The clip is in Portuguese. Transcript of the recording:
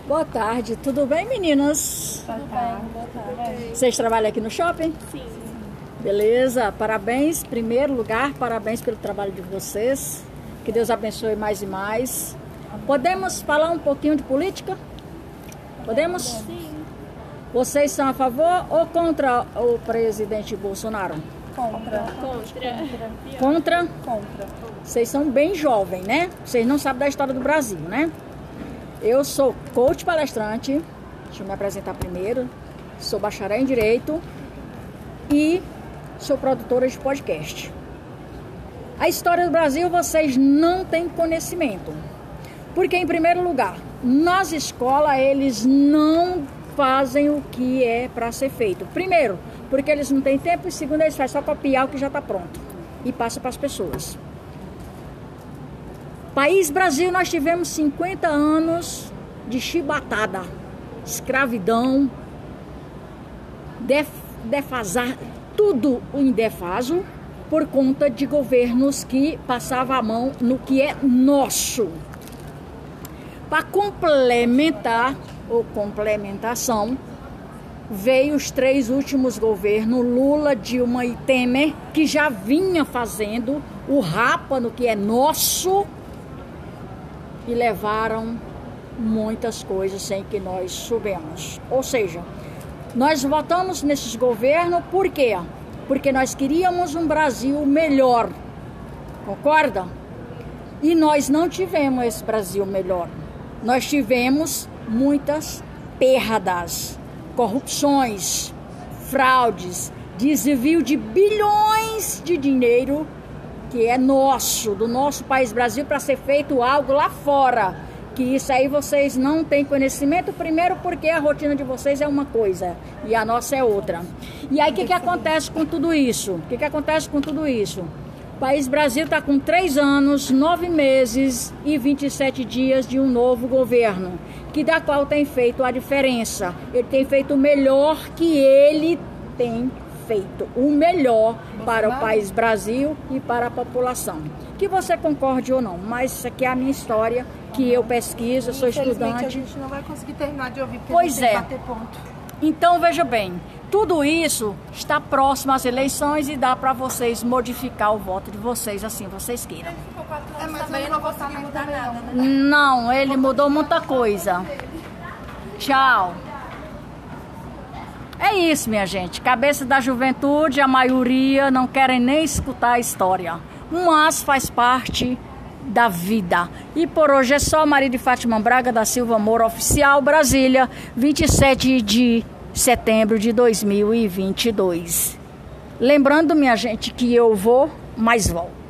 Boa tarde, tudo bem, meninas? Boa tarde. Vocês trabalham aqui no shopping? Sim. Beleza, parabéns, em primeiro lugar, parabéns pelo trabalho de vocês. Que Deus abençoe mais e mais. Podemos falar um pouquinho de política? Podemos? Sim. Vocês são a favor ou contra o presidente Bolsonaro? Contra. Contra? Contra. Vocês são bem jovens, né? Vocês não sabem da história do Brasil, né? Eu sou coach palestrante, deixa eu me apresentar primeiro. Sou bacharel em Direito e sou produtora de podcast. A história do Brasil vocês não têm conhecimento. Porque, em primeiro lugar, nas escolas eles não fazem o que é para ser feito. Primeiro, porque eles não têm tempo. E segundo, eles fazem só copiar o que já está pronto e passa para as pessoas. País Brasil, nós tivemos 50 anos de chibatada, escravidão, defasar, tudo em defaso, por conta de governos que passavam a mão no que é nosso. Para complementar, ou complementação, veio os 3 últimos governos, Lula, Dilma e Temer, que já vinha fazendo o rapa no que é nosso, e levaram muitas coisas sem que nós soubemos. Ou seja, nós votamos nesses governos por quê? Porque nós queríamos um Brasil melhor, concorda? E nós não tivemos esse Brasil melhor. Nós tivemos muitas perdas, corrupções, fraudes, desvio de bilhões de dinheiro que é nosso, do nosso país Brasil, para ser feito algo lá fora. Que isso aí vocês não têm conhecimento, primeiro porque a rotina de vocês é uma coisa e a nossa é outra. E aí o que acontece com tudo isso? O que acontece com tudo isso? O país Brasil está com 3 anos, 9 meses e 27 dias de um novo governo, que da qual tem feito a diferença. Ele tem feito o melhor que ele tem feito, o melhor para o país Brasil e para a população. Que você concorde ou não, mas isso aqui é a minha história, que eu pesquiso, eu sou estudante. A gente não vai conseguir terminar de ouvir, porque pois a gente tem que bater ponto. Então, veja bem, tudo isso está próximo às eleições e dá para vocês modificar o voto de vocês, assim vocês queiram. Mas também eu não vou conseguir mudar nada, né? Não, ele mudou muita coisa. Tchau. É isso, minha gente. Cabeça da juventude, a maioria não querem nem escutar a história. Mas faz parte da vida. E por hoje é só. Maria de Fátima Braga da Silva Moura Oficial, Brasília, 27 de setembro de 2022. Lembrando, minha gente, que eu vou, mas volto.